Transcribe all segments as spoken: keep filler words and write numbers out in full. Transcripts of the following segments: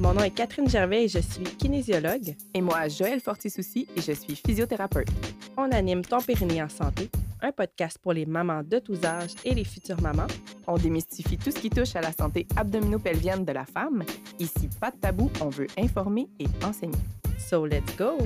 Mon nom est Catherine Gervais et je suis kinésiologue. Et moi, Joëlle Fortier-Soucy et je suis physiothérapeute. On anime Ton Périnée en santé, un podcast pour les mamans de tous âges et les futures mamans. On démystifie tout ce qui touche à la santé abdominopelvienne de la femme. Ici, pas de tabou, on veut informer et enseigner. So let's go!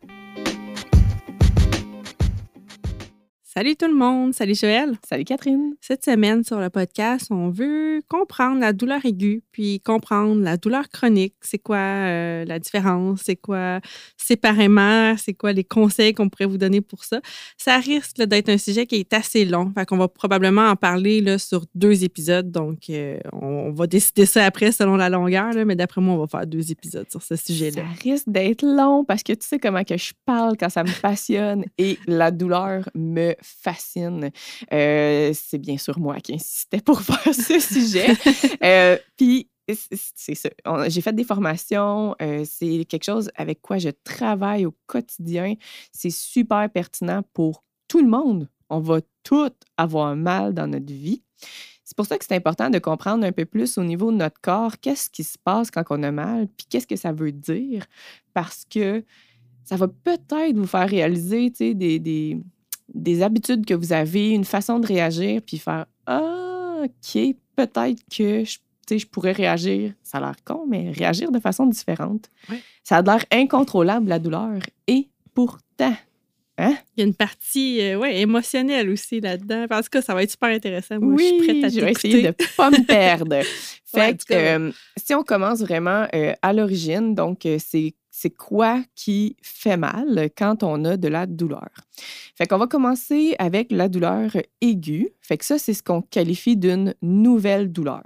Salut tout le monde! Salut Joëlle! Salut Catherine! Cette semaine, sur le podcast, on veut comprendre la douleur aiguë, puis comprendre la douleur chronique. C'est quoi euh, la différence? C'est quoi séparément? C'est quoi les conseils qu'on pourrait vous donner pour ça? Ça risque là, d'être un sujet qui est assez long. Fait qu'on va probablement en parler là, sur deux épisodes. Donc, euh, on va décider ça après selon la longueur. Là, mais d'après moi, on va faire deux épisodes sur ce sujet-là. Ça risque d'être long parce que tu sais comment que je parle quand ça me passionne et la douleur me fascine. Euh, c'est bien sûr moi qui insistais pour faire ce sujet. euh, Puis, c'est ça. On, j'ai fait des formations. Euh, c'est quelque chose avec quoi je travaille au quotidien. C'est super pertinent pour tout le monde. On va tous avoir mal dans notre vie. C'est pour ça que c'est important de comprendre un peu plus au niveau de notre corps qu'est-ce qui se passe quand on a mal, puis qu'est-ce que ça veut dire. Parce que ça va peut-être vous faire réaliser, tu sais, des... des des habitudes que vous avez, une façon de réagir, puis faire « Ah, OK, peut-être que je, je pourrais réagir. » Ça a l'air con, mais réagir de façon différente. Ouais. Ça a l'air incontrôlable, la douleur. Et pourtant, hein? Il y a une partie euh, ouais, émotionnelle aussi là-dedans. En tout cas, ça va être super intéressant. Moi, oui, je suis prête à je vais t'écouter. essayer de ne pas me perdre. Fait Ouais, que, euh, si on commence vraiment euh, à l'origine, donc euh, c'est c'est quoi qui fait mal quand on a de la douleur. Fait qu'on va commencer avec la douleur aiguë. Fait que ça, c'est ce qu'on qualifie d'une nouvelle douleur.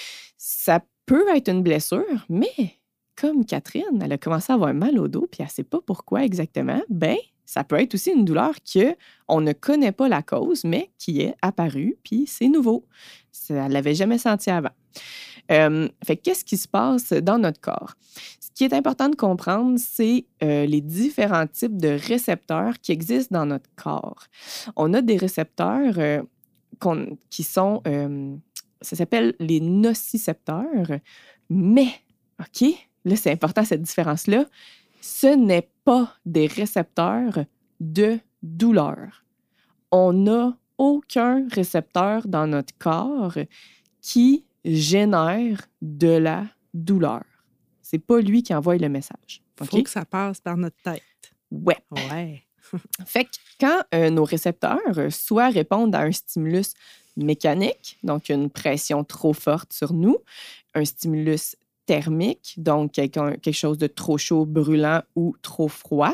Ça peut être une blessure, mais comme Catherine, elle a commencé à avoir mal au dos, puis elle ne sait pas pourquoi exactement, ben ça peut être aussi une douleur qu'on ne connaît pas la cause, mais qui est apparue, puis c'est nouveau. Ça, elle ne l'avait jamais senti avant. Euh, fait que qu'est-ce qui se passe dans notre corps? Ce qui est important de comprendre, c'est euh, les différents types de récepteurs qui existent dans notre corps. On a des récepteurs euh, qu'on, qui sont, euh, ça s'appelle les nocicepteurs, mais, OK, là, c'est important cette différence-là, ce n'est pas des récepteurs de douleur. On n'a aucun récepteur dans notre corps qui génère de la douleur. C'est pas lui qui envoie le message. Il okay? faut que ça passe par notre tête. Ouais. Ouais. Fait que quand euh, nos récepteurs euh, soit répondent à un stimulus mécanique, donc une pression trop forte sur nous, un stimulus thermique, donc quelque, quelque chose de trop chaud, brûlant ou trop froid,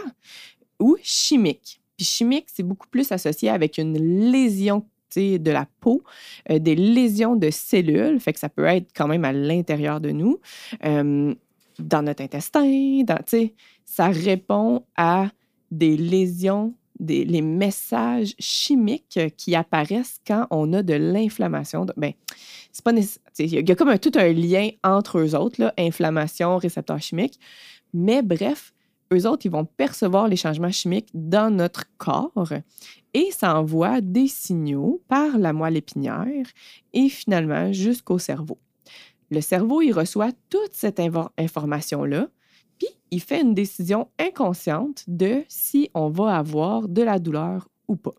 ou chimique. Puis chimique, c'est beaucoup plus associé avec une lésion de la peau, euh, des lésions de cellules, fait que ça peut être quand même à l'intérieur de nous, euh, dans notre intestin, dans, ça répond à des lésions, des, les messages chimiques qui apparaissent quand on a de l'inflammation. Ben, c'est pas nécessaire. Il y a comme un, tout un lien entre eux autres, là, inflammation, récepteurs chimiques, mais bref, eux autres, ils vont percevoir les changements chimiques dans notre corps et ça envoie des signaux par la moelle épinière et finalement jusqu'au cerveau. Le cerveau, il reçoit toute cette invo- information-là, puis il fait une décision inconsciente de si on va avoir de la douleur ou pas.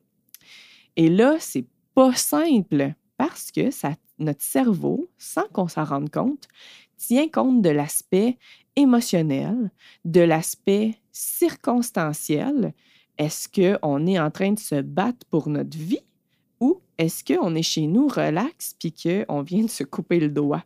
Et là, c'est pas simple parce que ça, notre cerveau, sans qu'on s'en rende compte, tient compte de l'aspect émotionnel, de l'aspect circonstanciel. Est-ce qu'on est en train de se battre pour notre vie ou est-ce qu'on est chez nous relax puis qu'on vient de se couper le doigt?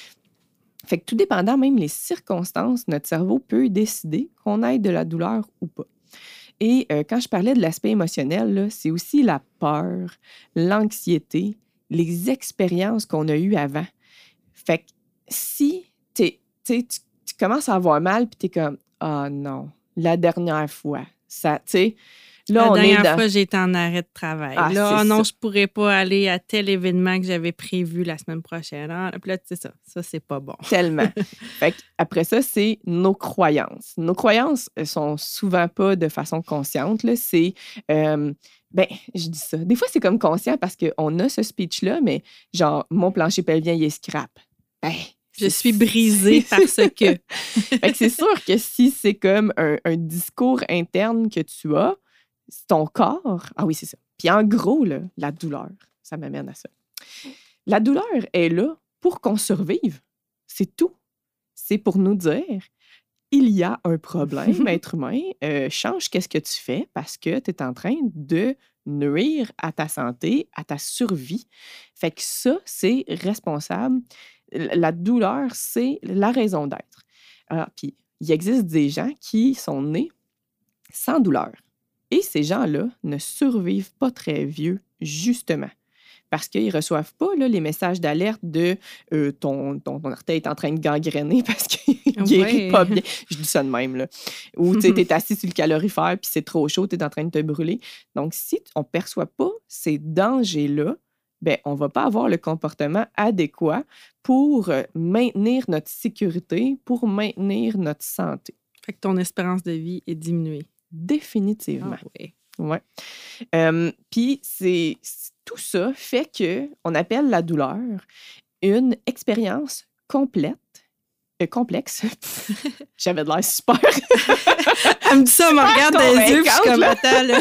Fait que tout dépendant, même les circonstances, notre cerveau peut décider qu'on ait de la douleur ou pas. Et euh, quand je parlais de l'aspect émotionnel, là, c'est aussi la peur, l'anxiété, les expériences qu'on a eues avant. Fait que si t'es, t'es, tu, tu commences à avoir mal puis t'es comme « Ah oh non, la dernière fois, ça, tu sais... » Là, la on dernière est dans... fois, j'étais en arrêt de travail. Ah, là, c'est oh non, ça. je pourrais pas aller à tel événement que j'avais prévu la semaine prochaine. Ah, puis là, c'est ça. Ça, c'est pas bon. Tellement. Fait après ça, c'est nos croyances. Nos croyances sont souvent pas de façon consciente. Là. C'est, euh, ben, je dis ça. Des fois, c'est comme conscient parce qu'on a ce speech-là, mais genre, mon plancher pelvien, il est scrap. Ben, Je suis brisée parce que. Fait que c'est sûr que si c'est comme un, un discours interne que tu as, c'est ton corps. Ah oui, c'est ça. Puis en gros, là, la douleur, ça m'amène à ça. La douleur est là pour qu'on survive. C'est tout. C'est pour nous dire, il y a un problème, être humain. Euh, change qu'est-ce que tu fais parce que tu es en train de nuire à ta santé, à ta survie. Fait que ça, c'est responsable. La douleur, c'est la raison d'être. Alors, puis, il existe des gens qui sont nés sans douleur. Et ces gens-là ne survivent pas très vieux, justement. Parce qu'ils ne reçoivent pas là, les messages d'alerte de euh, ton, ton, ton orteil est en train de gangréner parce qu'il ne guérit Ouais. pas bien. Je dis ça de même. Là. Ou tu es assis sur le calorifère puis c'est trop chaud, tu es en train de te brûler. Donc, si on ne perçoit pas ces dangers-là, ben, on ne va pas avoir le comportement adéquat pour euh, maintenir notre sécurité, pour maintenir notre santé. Fait que ton espérance de vie est diminuée. Définitivement. Ah ouais. Ouais. Euh, Puis, c'est, c'est- tout ça fait qu'on appelle la douleur une expérience complète, euh, complexe. J'avais de l'air super Elle me dit ça, elle me regarde dans les yeux, puis je suis comme, convaincante, attends,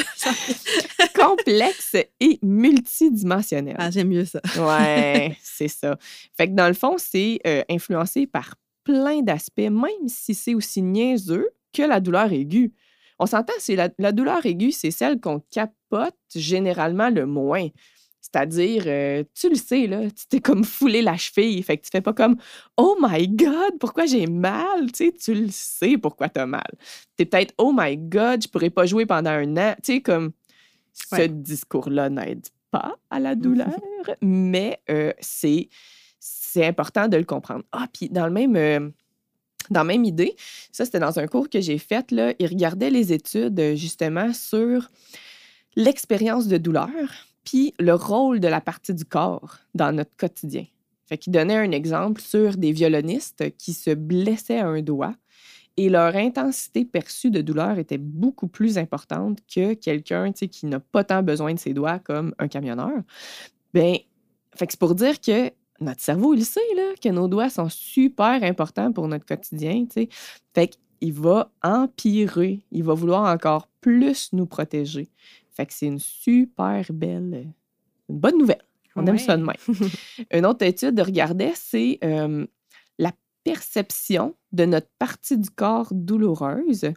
là. complexe et multidimensionnelle. Ah, j'aime mieux ça. Ouais, c'est ça. Fait que dans le fond, c'est euh, influencé par plein d'aspects, même si c'est aussi niaiseux que la douleur aiguë. On s'entend, c'est la, la douleur aiguë, c'est celle qu'on capote généralement le moins. C'est-à-dire, euh, tu le sais, là, tu t'es comme foulé la cheville. Fait que tu fais pas comme « Oh my God, pourquoi j'ai mal? » Tu sais, tu le sais pourquoi t'as mal. T'es peut-être « Oh my God, je pourrais pas jouer pendant un an. » Tu sais, comme ce Ouais. discours-là n'aide pas à la douleur, mais euh, c'est, c'est important de le comprendre. Ah, puis dans le même... euh, dans la même idée, ça, c'était dans un cours que j'ai fait, là, il regardait les études, euh, justement, sur l'expérience de douleur, puis le rôle de la partie du corps dans notre quotidien. Fait qu'il donnait un exemple sur des violonistes qui se blessaient à un doigt et leur intensité perçue de douleur était beaucoup plus importante que quelqu'un, tu sais, qui n'a pas tant besoin de ses doigts comme un camionneur. Bien, fait que c'est pour dire que notre cerveau, il sait là, que nos doigts sont super importants pour notre quotidien. Tu sais. Fait qu'il va empirer. Il va vouloir encore plus nous protéger. Fait que c'est une super belle, une bonne nouvelle. On aime Ouais. ça de même. Une autre étude regardait, c'est euh, la perception de notre partie du corps douloureuse.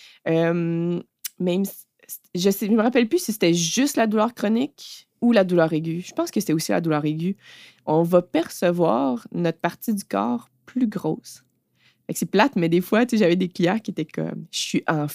Euh, même, je ne me rappelle plus si c'était juste la douleur chronique ou la douleur aiguë. Je pense que c'était aussi la douleur aiguë. On va percevoir notre partie du corps plus grosse. Fait que c'est plate, mais des fois, tu sais, j'avais des clients qui étaient comme « je suis enflée ».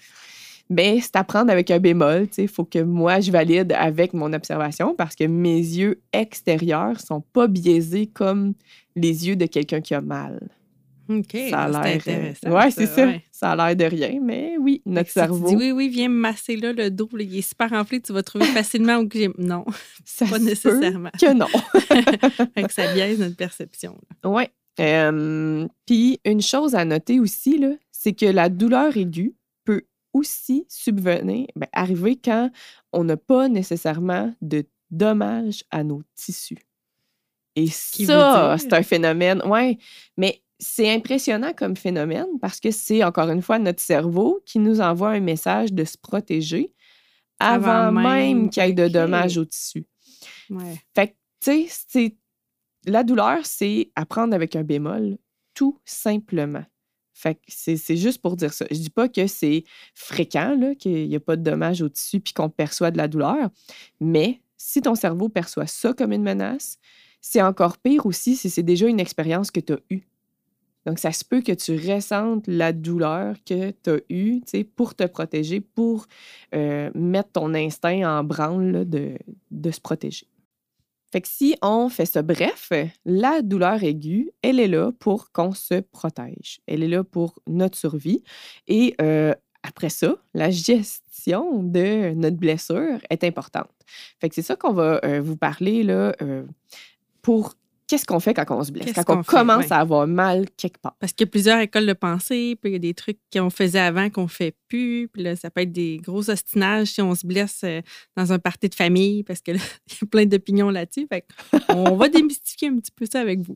Mais c'est à prendre avec un bémol. Il faut que moi, je valide avec mon observation parce que mes yeux extérieurs sont pas biaisés comme les yeux de quelqu'un qui a mal. OK, Ça a c'est l'air... intéressant. Oui, c'est ça. ouais. Ça a l'air de rien, mais oui, Fait notre que si cerveau... tu dis oui, oui, viens me masser là, le dos, là, il est super enflé, tu vas trouver facilement où que j'ai. Non, ça pas se peut nécessairement. que non. Fait que ça biaise notre perception. là. Oui. Euh, Puis, une chose à noter aussi, là, c'est que la douleur aiguë peut aussi subvenir, ben, arriver quand on n'a pas nécessairement de dommages à nos tissus. Et Qui ça, veut dire? c'est un phénomène, oui, mais c'est impressionnant comme phénomène parce que c'est, encore une fois, notre cerveau qui nous envoie un message de se protéger avant, Avant même, même, qu'il y ait de OK. dommages au tissu. Ouais. Fait que, tu sais, c'est- la douleur, c'est à prendre avec un bémol, tout simplement. Fait que c'est, c'est juste pour dire ça. Je dis pas que c'est fréquent, là, qu'il n'y a pas de dommages au tissu puis qu'on perçoit de la douleur, mais si ton cerveau perçoit ça comme une menace, c'est encore pire aussi si c'est déjà une expérience que tu as eue. Donc, ça se peut que tu ressentes la douleur que tu as eue, tu sais, pour te protéger, pour euh, mettre ton instinct en branle là, de, de se protéger. Fait que si on fait ça bref, la douleur aiguë, elle est là pour qu'on se protège. Elle est là pour notre survie. Et euh, après ça, la gestion de notre blessure est importante. Fait que c'est ça qu'on va euh, vous parler là, euh, pour qu'est-ce qu'on fait quand on se blesse, Qu'est-ce quand on qu'on fait, commence ouais. à avoir mal quelque part. Parce qu'il y a plusieurs écoles de pensée, puis il y a des trucs qu'on faisait avant qu'on fait plus. Puis là, ça peut être des gros ostinages si on se blesse euh, dans un party de famille, parce que là, il y a plein d'opinions là-dessus. Fait qu'on va démystifier un petit peu ça avec vous.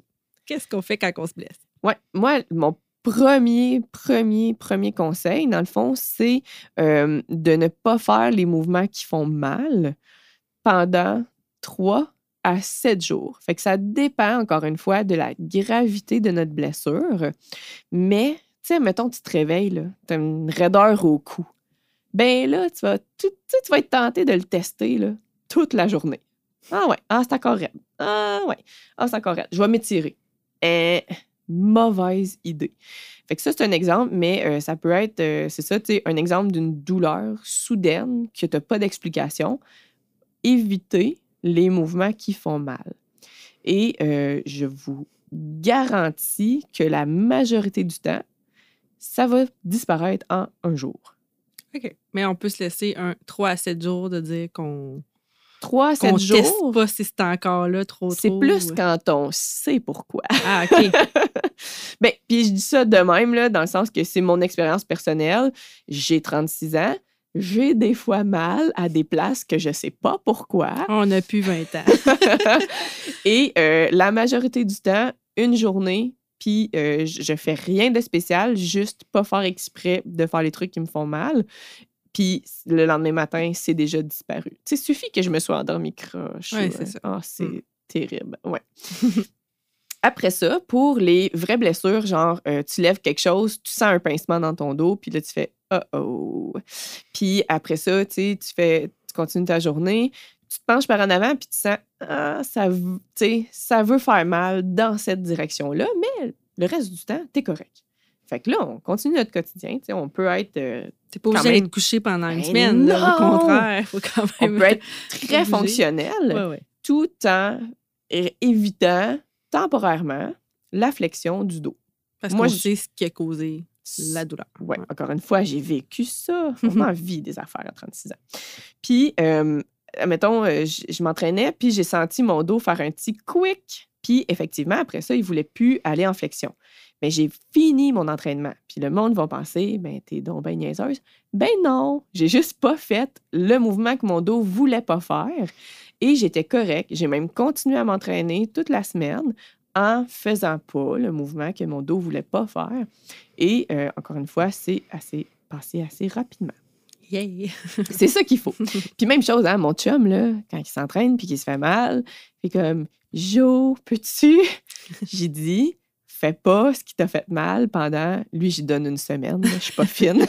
Qu'est-ce qu'on fait quand on se blesse? Ouais, moi, mon premier, premier, premier conseil, dans le fond, c'est euh, de ne pas faire les mouvements qui font mal pendant trois à sept jours. Fait que ça dépend, encore une fois, de la gravité de notre blessure. Mais, tu sais, mettons, tu te réveilles, tu as une raideur au cou. Ben là, tu vas, tu, tu vas être tenté de le tester là, toute la journée. Ah ouais, ah, c'est encore raide. Ah ouais, ah, c'est encore raide. Je vais m'étirer. Eh, mauvaise idée. Fait que ça, c'est un exemple, mais euh, ça peut être, euh, c'est ça, tu sais, un exemple d'une douleur soudaine que tu n'as pas d'explication. Évitez les mouvements qui font mal. Et euh, je vous garantis que la majorité du temps, ça va disparaître en un jour. OK. Mais on peut se laisser un trois à sept jours de dire qu'on trois à qu'on sept teste jours, pas si c'est encore là trop c'est trop. plus quand on sait pourquoi. Ah, OK. Ben, puis je dis ça de même, là, dans le sens que c'est mon expérience personnelle. J'ai trente-six ans. J'ai des fois mal à des places que je ne sais pas pourquoi. On a plus vingt ans. Et euh, la majorité du temps, une journée, puis euh, je fais rien de spécial, juste pas faire exprès de faire les trucs qui me font mal. Puis le lendemain matin, c'est déjà disparu. Tu sais, suffit que je me sois endormie croche. Oui, c'est ça. Ah, c'est Mm. terrible. Ouais. Après ça, pour les vraies blessures, genre, euh, tu lèves quelque chose, tu sens un pincement dans ton dos, puis là, tu fais « oh-oh ». Puis après ça, tu sais, tu fais, tu continues ta journée, tu te penches par en avant, puis tu sens « ah, ça, tu sais, ça veut faire mal dans cette direction-là », mais le reste du temps, t'es correct. Fait que là, on continue notre quotidien, tu sais, on peut être... Euh, T'es pas obligé même... d'aller te coucher pendant une Ben semaine, là, au non! contraire. Faut quand même... On peut être très bouger. fonctionnel, Ouais, ouais. tout en é- évitant temporairement la flexion du dos. Parce Moi, qu'on je- sait ce qui a causé la douleur. Ouais, encore une fois, j'ai vécu ça. On en vit des affaires à trente-six ans. Puis, euh, mettons, euh, je, je m'entraînais, puis j'ai senti mon dos faire un petit quick. Puis, effectivement, après ça, il ne voulait plus aller en flexion. Mais j'ai fini mon entraînement. Puis le monde va penser, ben t'es donc ben niaiseuse. Ben non, j'ai juste pas fait le mouvement que mon dos voulait pas faire. Et j'étais correcte. J'ai même continué à m'entraîner toute la semaine en faisant pas le mouvement que mon dos voulait pas faire. Et euh, encore une fois, c'est assez passé assez rapidement. Yeah! C'est ça qu'il faut. Puis même chose, hein, mon chum, là, quand il s'entraîne puis qu'il se fait mal, il fait comme « Jo, peux-tu? » J'ai dit « Fais pas ce qui t'a fait mal pendant... » Lui, j'y donne une semaine. Je suis pas fine.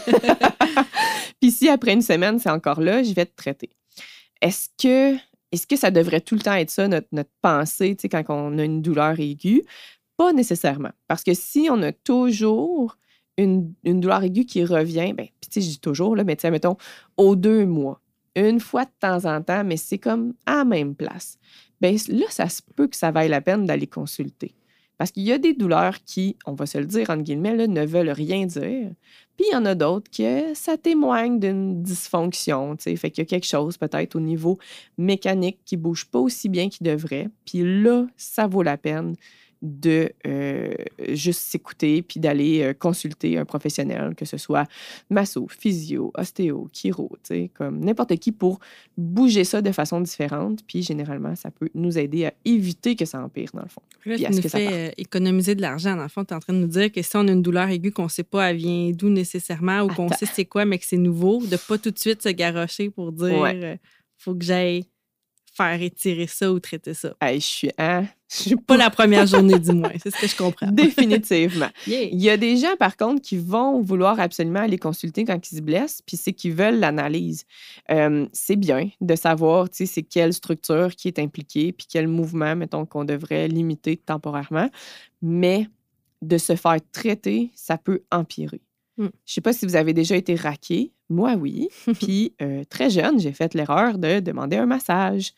Puis si après une semaine, c'est encore là, je vais te traiter. Est-ce que, est-ce que ça devrait tout le temps être ça, notre, notre pensée, tu sais, quand on a une douleur aiguë? Pas nécessairement. Parce que si on a toujours une, une douleur aiguë qui revient, bien, puis tu sais, je dis toujours, là, mais tu sais, mettons, aux deux mois, une fois de temps en temps, mais c'est comme à la même place, bien là, ça se peut que ça vaille la peine d'aller consulter. Parce qu'il y a des douleurs qui, on va se le dire, entre guillemets, là, ne veulent rien dire. Puis il y en a d'autres que ça témoigne d'une dysfonction, tu sais. Fait qu'il y a quelque chose peut-être au niveau mécanique qui ne bouge pas aussi bien qu'il devrait. Puis là, ça vaut la peine de euh, juste s'écouter puis d'aller euh, consulter un professionnel, que ce soit masso, physio, ostéo, chiro, tu sais, comme n'importe qui pour bouger ça de façon différente. Puis généralement, ça peut nous aider à éviter que ça empire, dans le fond. Là, Puis tu à ce nous que ça fais parte. euh, économiser de l'argent. Dans le fond, tu es en train de nous dire que si on a une douleur aiguë qu'on ne sait pas elle vient d'où nécessairement ou qu'on Attends. sait c'est quoi, mais que c'est nouveau, de ne pas tout de suite se garrocher pour dire Ouais. euh, faut que j'aille faire étirer ça ou traiter ça. Hey, je suis... Hein? Je suis Pas la première journée du moins, c'est ce que je comprends. Définitivement. Yeah. Il y a des gens, par contre, qui vont vouloir absolument aller consulter quand ils se blessent, puis c'est qu'ils veulent l'analyse. Euh, c'est bien de savoir, tu sais, c'est quelle structure qui est impliquée, puis quel mouvement, mettons, qu'on devrait limiter temporairement. Mais de se faire traiter, ça peut empirer. Mm. Je sais pas si vous avez déjà été raqué. Moi, oui. Puis, euh, très jeune, j'ai fait l'erreur de demander un massage.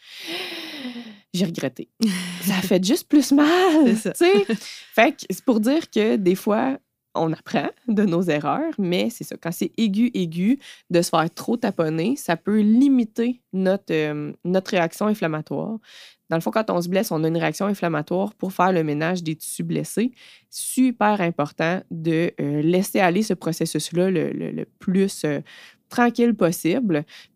J'ai regretté. Ça a fait juste plus mal, tu C'est ça. sais. Fait que c'est pour dire que des fois, on apprend de nos erreurs, mais c'est ça. Quand c'est aigu, aigu, de se faire trop taponner, ça peut limiter notre, euh, notre réaction inflammatoire. Dans le fond, quand on se blesse, on a une réaction inflammatoire pour faire le ménage des tissus blessés. Super important de euh, laisser aller ce processus-là le, le, le plus euh, tranquille possible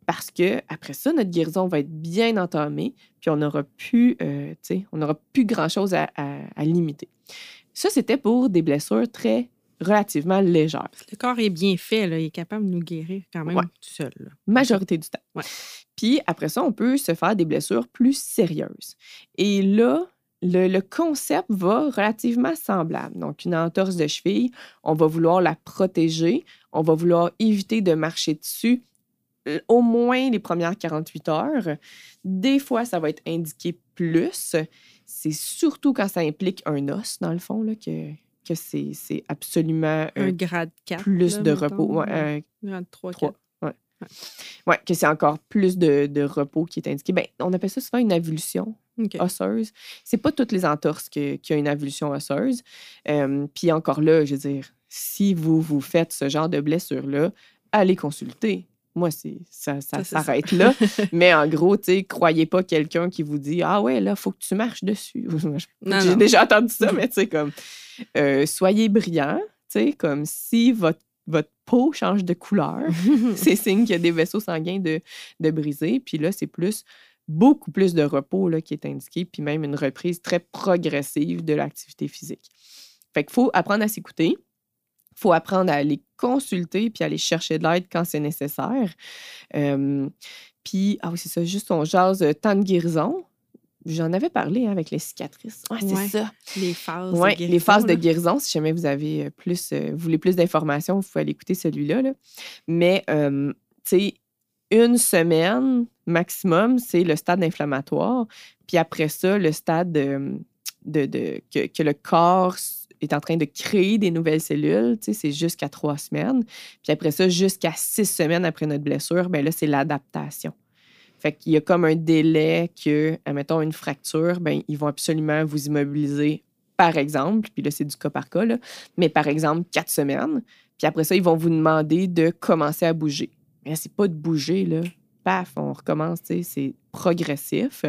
parce que après ça, notre guérison va être bien entamée, puis on n'aura plus, euh, tu sais, on n'aura plus grand-chose à, à, à limiter. Ça, c'était pour des blessures très relativement légères. Le corps est bien fait, là. Il est capable de nous guérir quand même Ouais. tout seul. Là. Majorité du temps. Ouais. Puis après ça, on peut se faire des blessures plus sérieuses. Et là, le, le concept va relativement semblable. Donc, une entorse de cheville, on va vouloir la protéger, on va vouloir éviter de marcher dessus euh, au moins les premières quarante-huit heures. Des fois, ça va être indiqué plus. C'est surtout quand ça implique un os, dans le fond, là, que... que c'est, c'est absolument euh, Un grade quatre. plus là, de mettons. repos. Ouais, euh, Grade trois, trois. quatre. Ouais. Ouais, que c'est encore plus de, de repos qui est indiqué. Ben, on appelle ça souvent une avulsion OK. osseuse. C'est pas toutes les entorses que, qui ont une avulsion osseuse. Euh, Puis encore là, je veux dire, si vous vous faites ce genre de blessure-là, allez consulter. Moi, c'est, ça, ça, Ça, c'est s'arrête ça. là. Mais en gros, tu sais, croyez pas quelqu'un qui vous dit « Ah ouais, là, il faut que tu marches dessus. » Non, J'ai non. déjà entendu ça, mais tu sais, comme... Euh, soyez brillant, tu sais, comme si votre, votre peau change de couleur, c'est signe qu'il y a des vaisseaux sanguins de, de brisés. Puis là, c'est plus, beaucoup plus de repos là, qui est indiqué, puis même une reprise très progressive de l'activité physique. Fait qu'il faut apprendre à s'écouter, il faut apprendre à aller consulter puis aller chercher de l'aide quand c'est nécessaire. Euh, puis, ah oui, c'est ça, juste on jase euh, temps de guérison. J'en avais parlé hein, avec les cicatrices. Ouais, c'est Ouais. ça. Les phases Oui, de guérison. les phases de là. guérison, si jamais vous avez euh, plus, euh, vous voulez plus d'informations, vous pouvez aller écouter celui-là. Là. Mais, euh, tu sais, une semaine maximum, c'est le stade inflammatoire. Puis après ça, le stade de, de, de- que, que le corps est en train de créer des nouvelles cellules, tu sais, c'est jusqu'à trois semaines. Puis après ça, jusqu'à six semaines après notre blessure, bien là, c'est l'adaptation. Fait qu'il y a comme un délai que, admettons, une fracture, ben ils vont absolument vous immobiliser, par exemple, puis là, c'est du cas par cas, là, mais par exemple, quatre semaines. Puis après ça, ils vont vous demander de commencer à bouger. Mais là, c'est pas de bouger, là. Paf, on recommence, tu sais, c'est progressif.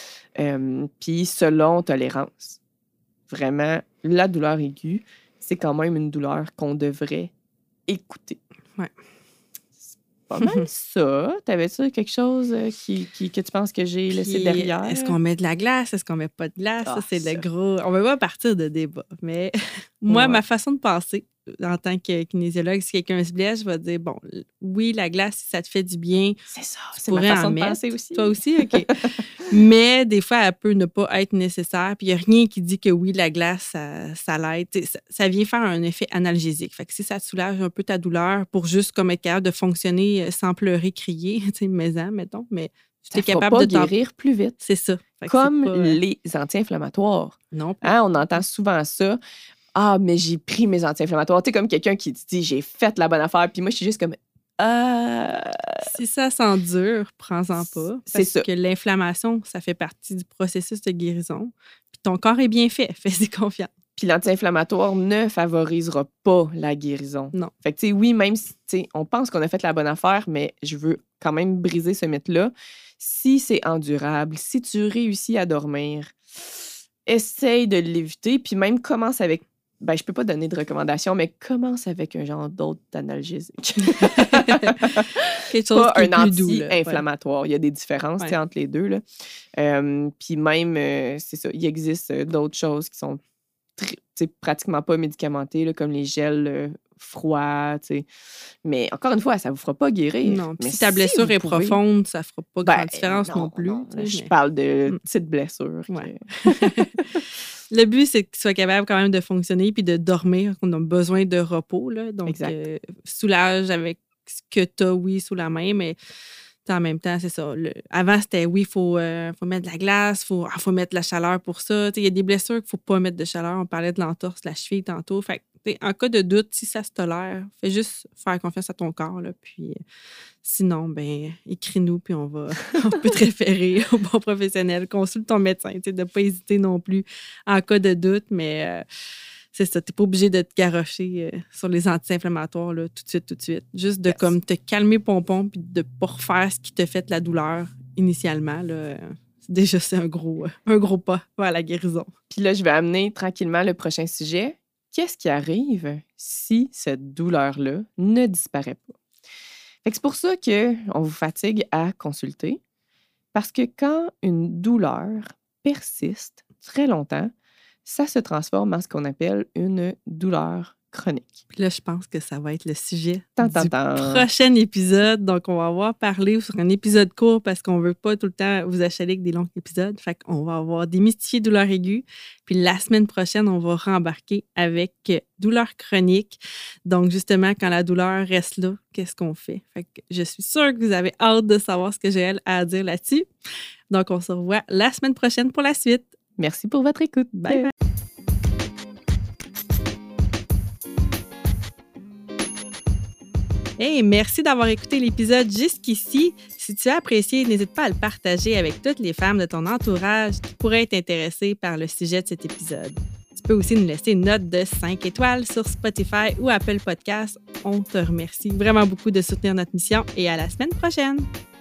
Euh, puis selon tolérance. Vraiment, la douleur aiguë, c'est quand même une douleur qu'on devrait écouter. Ouais. Pas mal ça. T'avais-tu quelque chose euh, qui, qui- que tu penses que j'ai laissé Puis, derrière? Est-ce qu'on met de la glace? Est-ce qu'on met pas de glace? Ah, ça, c'est ça. le gros. On va pas partir de débat. Mais moi, Ouais. ma façon de penser, en tant que kinésiologue, si quelqu'un se blesse, je vais dire bon, oui, la glace, si ça te fait du bien, C'est ça. tu C'est ma pourrais façon en de mettre. penser aussi. Toi aussi, OK. Mais des fois, elle peut ne pas être nécessaire. Puis il n'y a rien qui dit que oui, la glace, ça, ça l'aide. Tu sais, Ça, ça vient faire un effet analgésique. Fait que si ça te soulage un peu ta douleur pour juste comme être capable de fonctionner euh, sans pleurer, crier, tu sais, maison, mettons, mais tu Ça es fera capable pas de t'en... guérir plus vite. C'est ça. Fait que Comme c'est pas, euh, les anti-inflammatoires. Non. Hein, on entend souvent ça. Ah, mais j'ai pris mes anti-inflammatoires. Tu sais, comme quelqu'un qui te dit j'ai fait la bonne affaire. Puis moi, je suis juste comme ah. Si ça s'endure, prends-en pas. C'est Parce ça. que l'inflammation, ça fait partie du processus de guérison. Puis ton corps est bien fait. Fais-y confiance. Puis l'anti-inflammatoire ne favorisera pas la guérison. Non. Fait que, tu sais, oui, même si, tu sais, on pense qu'on a fait la bonne affaire, mais je veux quand même briser ce mythe-là. Si c'est endurable, si tu réussis à dormir, essaye de l'éviter, puis même commence avec... Ben, je peux pas donner de recommandations, mais commence avec un genre d'autre analgésique. Quelque chose Pas qui est un plus doux, là. Ouais. anti-inflammatoire. Il y a des différences tu sais, Ouais. entre les deux. Là. Euh, puis même, euh, c'est ça, il existe euh, d'autres choses qui sont très- tu sais, pratiquement pas médicamentées, là, comme les gels euh, froids. tu sais. Mais encore une fois, ça vous fera pas guérir. Non. Puis Mais si ta blessure vous est pouvez- profonde, ça fera pas Ben, grande différence non, non, plus. non, tu sais, je mais- parle de Mm. petites blessures. que- Ouais. Le but, c'est que tu sois capable quand même de fonctionner puis de dormir. On a besoin de repos. Là. Donc, Exact. euh, soulage avec ce que tu as, oui, sous la main, mais t'sais, en même temps, c'est ça. Le- avant, c'était oui, il faut, euh, faut mettre de la glace, il faut, ah, faut mettre de la chaleur pour ça. Il y a des blessures qu'il ne faut pas mettre de chaleur. On parlait de l'entorse, de la cheville tantôt. Fait que, t'sais, en cas de doute, si ça se tolère, fais juste faire confiance à ton corps. Là, puis euh, sinon, ben écris-nous, puis on va on peut te référer au bon professionnel. Consulte ton médecin, de ne pas hésiter non plus en cas de doute, mais euh, c'est ça, tu n'es pas obligé de te garrocher euh, sur les anti-inflammatoires là, tout de suite, tout de suite. Juste de Yes. comme te calmer pompon, puis de ne pas refaire ce qui te fait la douleur initialement. Là, euh, déjà, c'est un gros, euh, un gros pas vers la guérison. Puis là, je vais amener tranquillement le prochain sujet. Qu'est-ce qui arrive si cette douleur-là ne disparaît pas? Fait que c'est pour ça qu'on vous fatigue à consulter. Parce que quand une douleur persiste très longtemps, ça se transforme en ce qu'on appelle une douleur chronique. Puis là, je pense que ça va être le sujet Tan, du tan, tan. prochain épisode. Donc, on va avoir parlé sur un épisode court parce qu'on ne veut pas tout le temps vous achaler avec des longs épisodes. Fait qu'on va avoir démystifié douleur aiguë. Puis la semaine prochaine, on va rembarquer avec douleur chronique. Donc, justement, quand la douleur reste là, qu'est-ce qu'on fait? Fait que je suis sûre que vous avez hâte de savoir ce que j'ai elle à dire là-dessus. Donc, on se revoit la semaine prochaine pour la suite. Merci pour votre écoute. Bye bye! Hey, merci d'avoir écouté l'épisode jusqu'ici. Si tu as apprécié, n'hésite pas à le partager avec toutes les femmes de ton entourage qui pourraient être intéressées par le sujet de cet épisode. Tu peux aussi nous laisser une note de cinq étoiles sur Spotify ou Apple Podcasts. On te remercie vraiment beaucoup de soutenir notre mission et à la semaine prochaine!